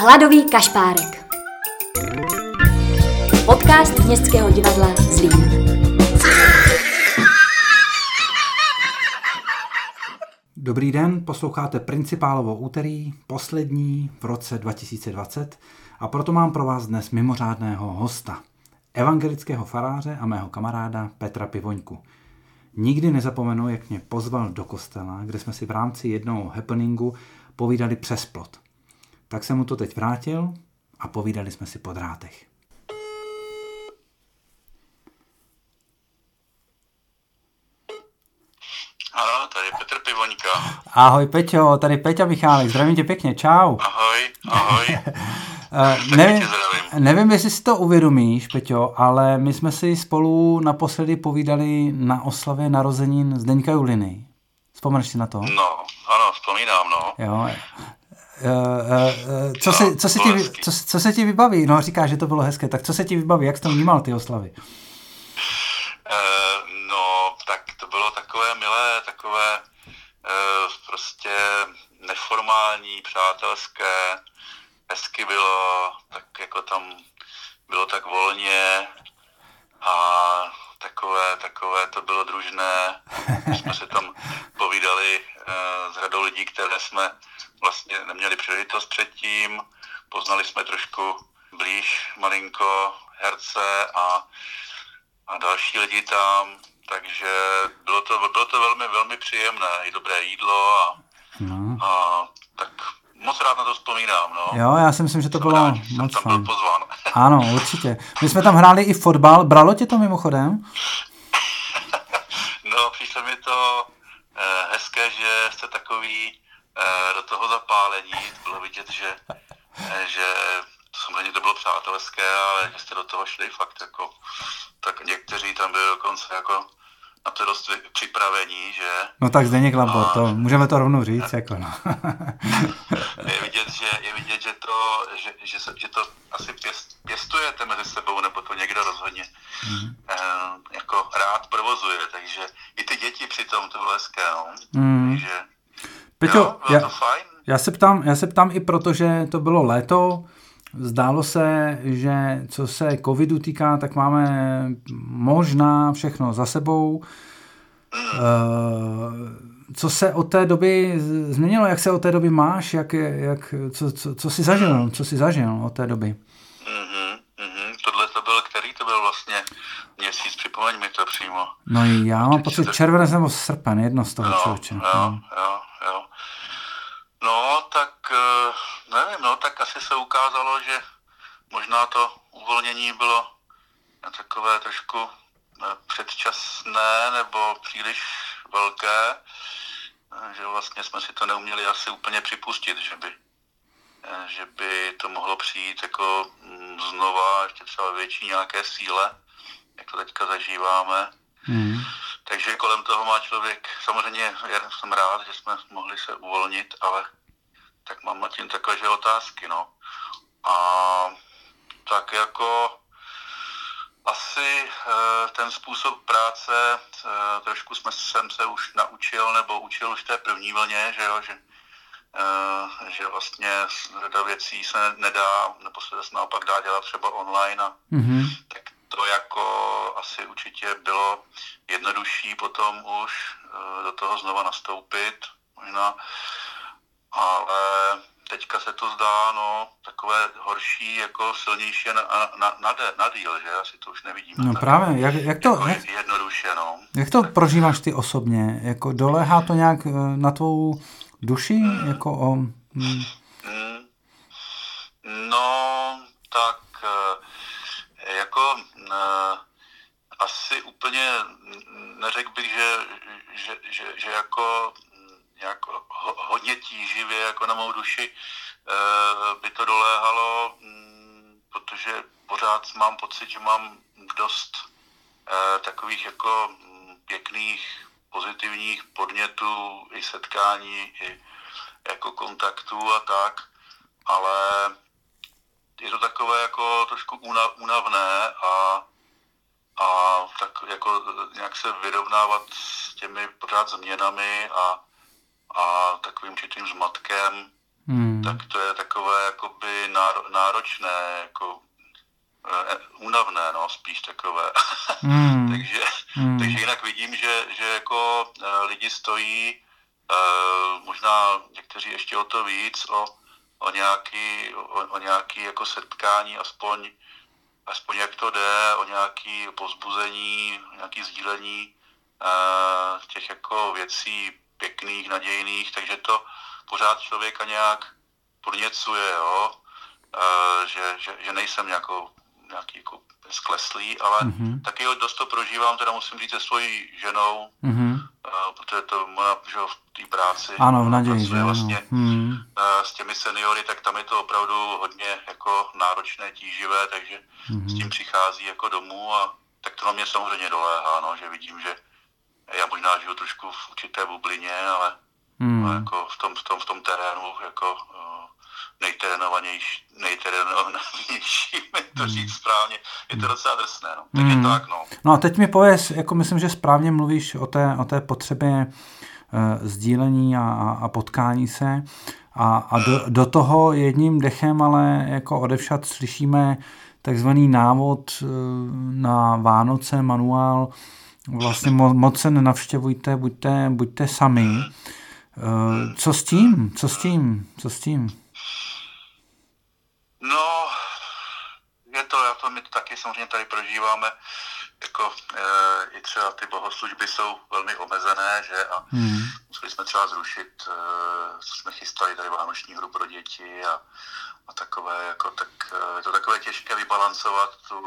Hladový kašpárek. Podcast Městského divadla Zlín. Dobrý den, posloucháte Principálovo úterý, poslední v roce 2020 a proto mám pro vás dnes mimořádného hosta, evangelického faráře a mého kamaráda Petra Pivoňku. Nikdy nezapomenu, jak mě pozval do kostela, kde jsme si v rámci jednoho happeningu povídali přes plot. Tak jsem mu to teď vrátil a povídali jsme si po drátech. Ano, tady je Petr Pivoňka. Ahoj Peťo, tady Peťa Michálek, zdravím tě pěkně, čau. Ahoj. Nevím, jestli si to uvědomíš, Peťo, ale my jsme si spolu naposledy povídali na oslavě narozenin Zdeňka Juliny. Vzpomeneš si na to? No, ano, vzpomínám, no. Jo. Co se ti vybaví? No, říkáš, že to bylo hezké, tak co se ti vybaví? Jak jsi tam vnímal ty oslavy? No, tak to bylo takové milé, takové prostě neformální, přátelské, hezky bylo, tak jako tam bylo tak volně a takové to bylo družné. Jsme se tam povídali s řadou lidí, které jsme vlastně neměli příležitost předtím. Poznali jsme trošku blíž malinko herce a další lidi tam, takže bylo to velmi, velmi příjemné, i dobré jídlo a tak moc rád na to vzpomínám, no. Jo, já si myslím, že to bylo moc tam fajn. Byl pozván. Ano, určitě. My jsme tam hráli i fotbal, bralo tě to mimochodem? No, přišlo mi to hezké, že jste takový do toho zapálení, bylo vidět, že samozřejmě to bylo přátelské, ale že jste do toho šli fakt jako, tak někteří tam byli dokonce jako na to dost připravení, že? No tak Zdeněk Labor, to můžeme to rovnou říct, jako no. Je vidět, že to asi pěstujete mezi sebou, nebo to někdo rozhodně jako rád provozuje, takže i ty děti přitom to bylo hezké, no. Takže Peťo, bylo to fajn. Já se ptám i proto, že to bylo léto. Zdálo se, že co se covidu týká, tak máme možná všechno za sebou. Co se od té doby změnilo? Jak se od té doby máš? Co jsi zažil od té doby? Tohle to byl, který to byl vlastně měsíc, připomeň mi to přímo. No já mám pocit červenec nebo srpen, jedno z toho člověče. Jo. No, tak nevím, no, tak asi se ukázalo, že možná to uvolnění bylo takové trošku předčasné nebo příliš velké, že vlastně jsme si to neuměli asi úplně připustit, že by to mohlo přijít jako znova, ještě třeba větší nějaké síle, jak to teďka zažíváme. Takže kolem toho má člověk, samozřejmě já jsem rád, že jsme mohli se uvolnit, ale tak mám na tím takové otázky, no. A tak jako asi ten způsob práce, trošku jsem se už naučil, nebo učil už v té první vlně, že vlastně řada věcí se nedá, nebo se naopak dá dělat třeba online a tak to jako asi určitě bylo jednodušší potom už do toho znova nastoupit možná, ale teďka se to zdá, no, takové horší, jako silnější na díl, že? Asi to už nevidíme. No právě, jednoduše, no. Jak to prožíváš ty osobně? Jako doléhá to nějak na tvou duši? No, tak jako asi úplně neřekl bych, že jako hodně tíživě jako na mou duši by to doléhalo, protože pořád mám pocit, že mám dost takových jako pěkných, pozitivních podnětů i setkání, i jako kontaktů a tak, ale je to takové jako trošku únavné a tak jako nějak se vyrovnávat s těmi pořád změnami a takovým určitým zmatkem tak to je takové jakoby náročné, jako únavné, no, spíš takové. Takže jinak vidím, že jako lidi stojí, možná někteří ještě o to víc, o nějaký jako setkání, aspoň jak to jde, o nějaké povzbuzení, nějaké sdílení těch jako věcí pěkných, nadějných, takže to pořád člověka nějak podněcuje, jo? Že nejsem nějaký jako skleslý, ale taky dost to prožívám, teda musím říct se svojí ženou, protože to ona, že v té práci ano, v naději, že vlastně s těmi seniory, tak tam je to opravdu hodně jako náročné, tíživé, takže s tím přichází jako domů a tak to na mě samozřejmě doléhá, no, že vidím, že já možná žiju trošku v určité bublině, ale jako v tom terénu jako nejterénovanější, to říct správně, je to docela drsné, no. Takže tak, no. No a teď mi pověz, jako myslím, že správně mluvíš o té potřebě sdílení a potkání se a do toho jedním dechem ale jako odevšad slyšíme takzvaný návod na Vánoce, manuál, vlastně moc se nenavštěvujte, buďte sami. Co s tím? No, my to taky samozřejmě tady prožíváme, jako i třeba ty bohoslužby jsou velmi omezené, že, a museli jsme třeba zrušit, co jsme chystali tady vánoční hru pro děti a takové, jako, tak je to takové těžké vybalancovat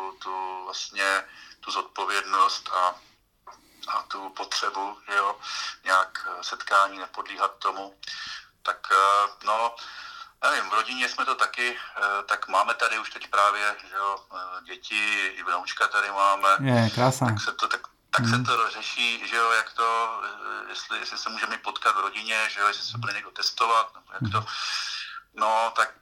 tu zodpovědnost a tu potřebu, že jo, nějak setkání, nepodlíhat tomu, tak no, nevím, v rodině jsme to taky, tak máme tady už teď právě, že jo, děti, i vnoučka tady máme. Je, krása. Tak se to řeší, že jo, jak to, jestli se můžeme potkat v rodině, že jo, jestli se bude někdo testovat, nebo jak to, no, tak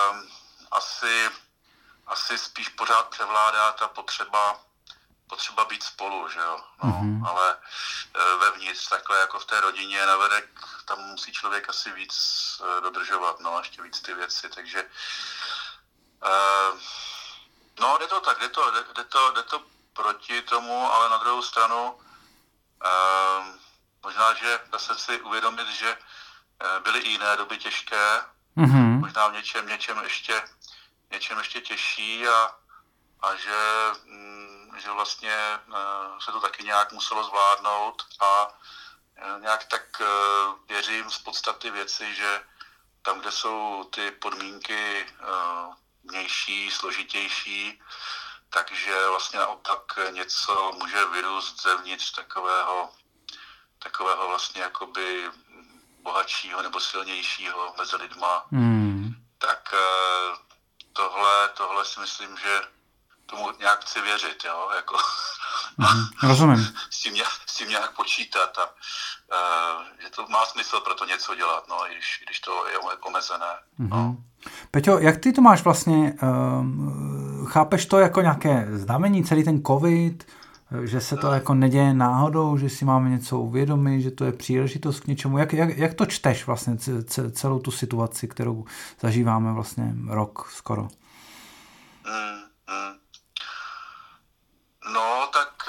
asi spíš pořád převládá ta potřeba být spolu, že jo, no, ale vevnitř, takhle jako v té rodině, navedek, tam musí člověk asi víc dodržovat, no, ještě víc ty věci, takže no, jde to proti tomu, ale na druhou stranu možná, že zase si uvědomit, že byly i jiné doby těžké, možná v něčem ještě těžší a že vlastně se to taky nějak muselo zvládnout a nějak tak věřím z podstaty věci, že tam, kde jsou ty podmínky vnější, složitější, takže vlastně naopak něco může vyrůst zevnitř takového vlastně jakoby bohatšího nebo silnějšího mezi lidma. Tak tohle si myslím, že tomu nějak chci věřit, jo, jako rozumím. s tím nějak počítat a že to má smysl pro to něco dělat, no, i když to je omezené. No. Peťo, jak ty to máš vlastně, chápeš to jako nějaké znamení, celý ten covid, že se to jako neděje náhodou, že si máme něco uvědomit, že to je příležitost k něčemu, jak to čteš vlastně celou tu situaci, kterou zažíváme vlastně rok skoro? No, tak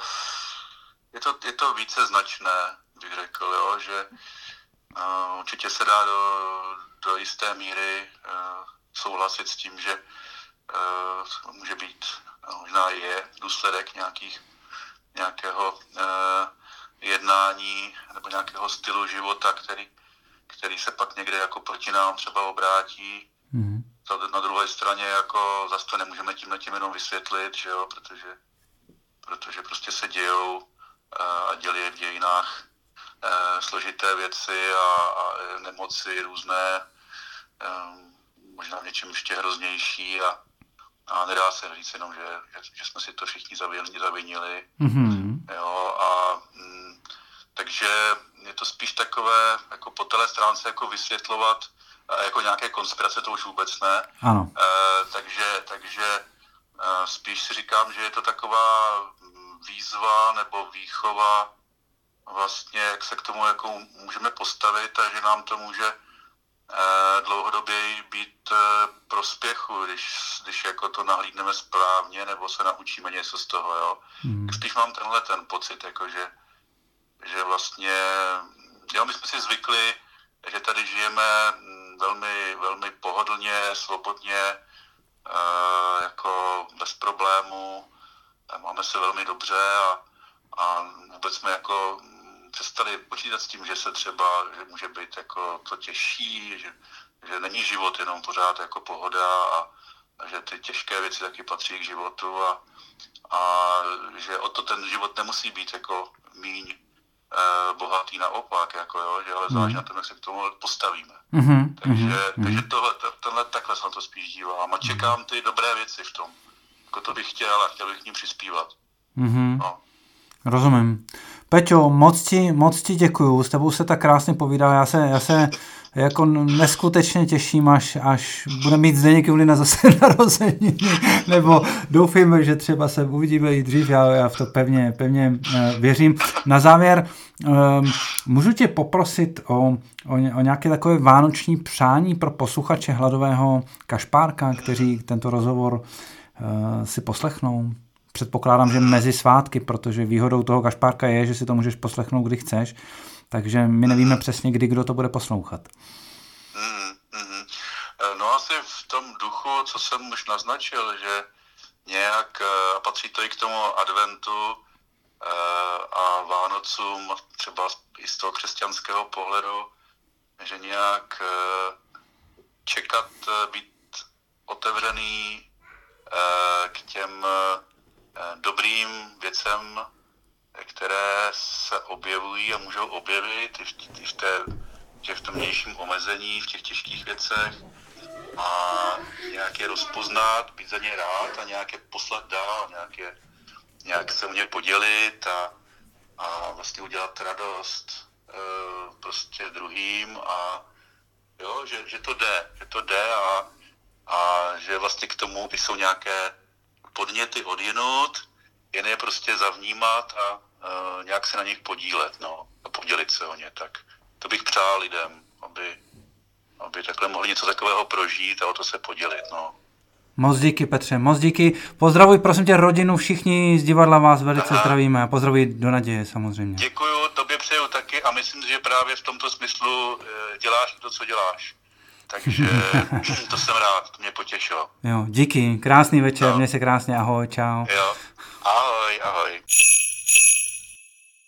je to víceznačné, bych řekl, jo, že určitě se dá do jisté míry souhlasit s tím, že může být, možná je důsledek nějakého jednání nebo nějakého stylu života, který se pak někde jako proti nám třeba obrátí. Na druhé straně jako zase to nemůžeme tímhletím jenom vysvětlit, že jo, protože prostě se dějou a děli v dějinách složité věci a nemoci různé, možná v něčem ještě hroznější a nedá se říct jenom, že jsme si to všichni zavinili. Jo, takže je to spíš takové, jako po té stránce jako vysvětlovat, jako nějaké konspirace, to už vůbec ne. Ano. Takže spíš si říkám, že je to taková výzva nebo výchova vlastně, jak se k tomu jako můžeme postavit a že nám to může úspěchu, když jako to nahlídneme správně, nebo se naučíme něco z toho, jo. Spíš mám tenhle ten pocit, jako že vlastně, jo, my jsme si zvykli, že tady žijeme velmi, velmi pohodlně, svobodně, jako bez problémů, máme se velmi dobře a vůbec jsme jako přestali počítat s tím, že se třeba, že může být jako to těžší, že není život jenom pořád jako pohoda a že ty těžké věci taky patří k životu a že o to ten život nemusí být jako míň bohatý naopak, jako jo, že ale záleží na tom, jak se k tomu postavíme. Takže tenhle takhle se na to spíš dívám a čekám ty dobré věci v tom. Jako to bych chtěl a chtěl bych k ním přispívat. No. Rozumím. Peťo, moc ti děkuju, s tebou se tak krásně povídal, já se jako neskutečně těším, až bude mít Zdeněk Joulina zase narozeniny, nebo doufejme, že třeba se uvidíme i dřív, já v to pevně věřím. Na závěr, můžu tě poprosit o nějaké takové vánoční přání pro posluchače Hladového kašpárka, kteří tento rozhovor si poslechnou? Předpokládám, že mezi svátky, protože výhodou toho kašpárka je, že si to můžeš poslechnout, kdy chceš, takže my nevíme přesně, kdo to bude poslouchat. No asi v tom duchu, co jsem už naznačil, že nějak patří to i k tomu adventu a Vánocům, třeba i z toho křesťanského pohledu, že nějak čekat, být otevřený k těm dobrým věcem, které se objevují a můžou objevit i v tom vnějším omezení, v těch těžkých věcech a nějak je rozpoznat, být za ně rád a nějak je poslat dál, nějak se o ně podělit a vlastně udělat radost prostě druhým a jo, že to jde a že vlastně k tomu jsou nějaké podněty odjinud, jen je prostě zavnímat a nějak se na nich podílet, no, a podělit se o ně, tak to bych přál lidem, aby takhle mohli něco takového prožít a o to se podělit, no. Moc díky, Petře, moc díky. Pozdravuj, prosím tě, rodinu, všichni z divadla vás velice zdravíme a pozdravuj do Naděje samozřejmě. Děkuju, tobě přeju taky a myslím si, že právě v tomto smyslu děláš to, co děláš. Takže to jsem rád, to mě potěšilo. Jo, díky, krásný večer, měj se krásně, ahoj, čau. Jo, ahoj.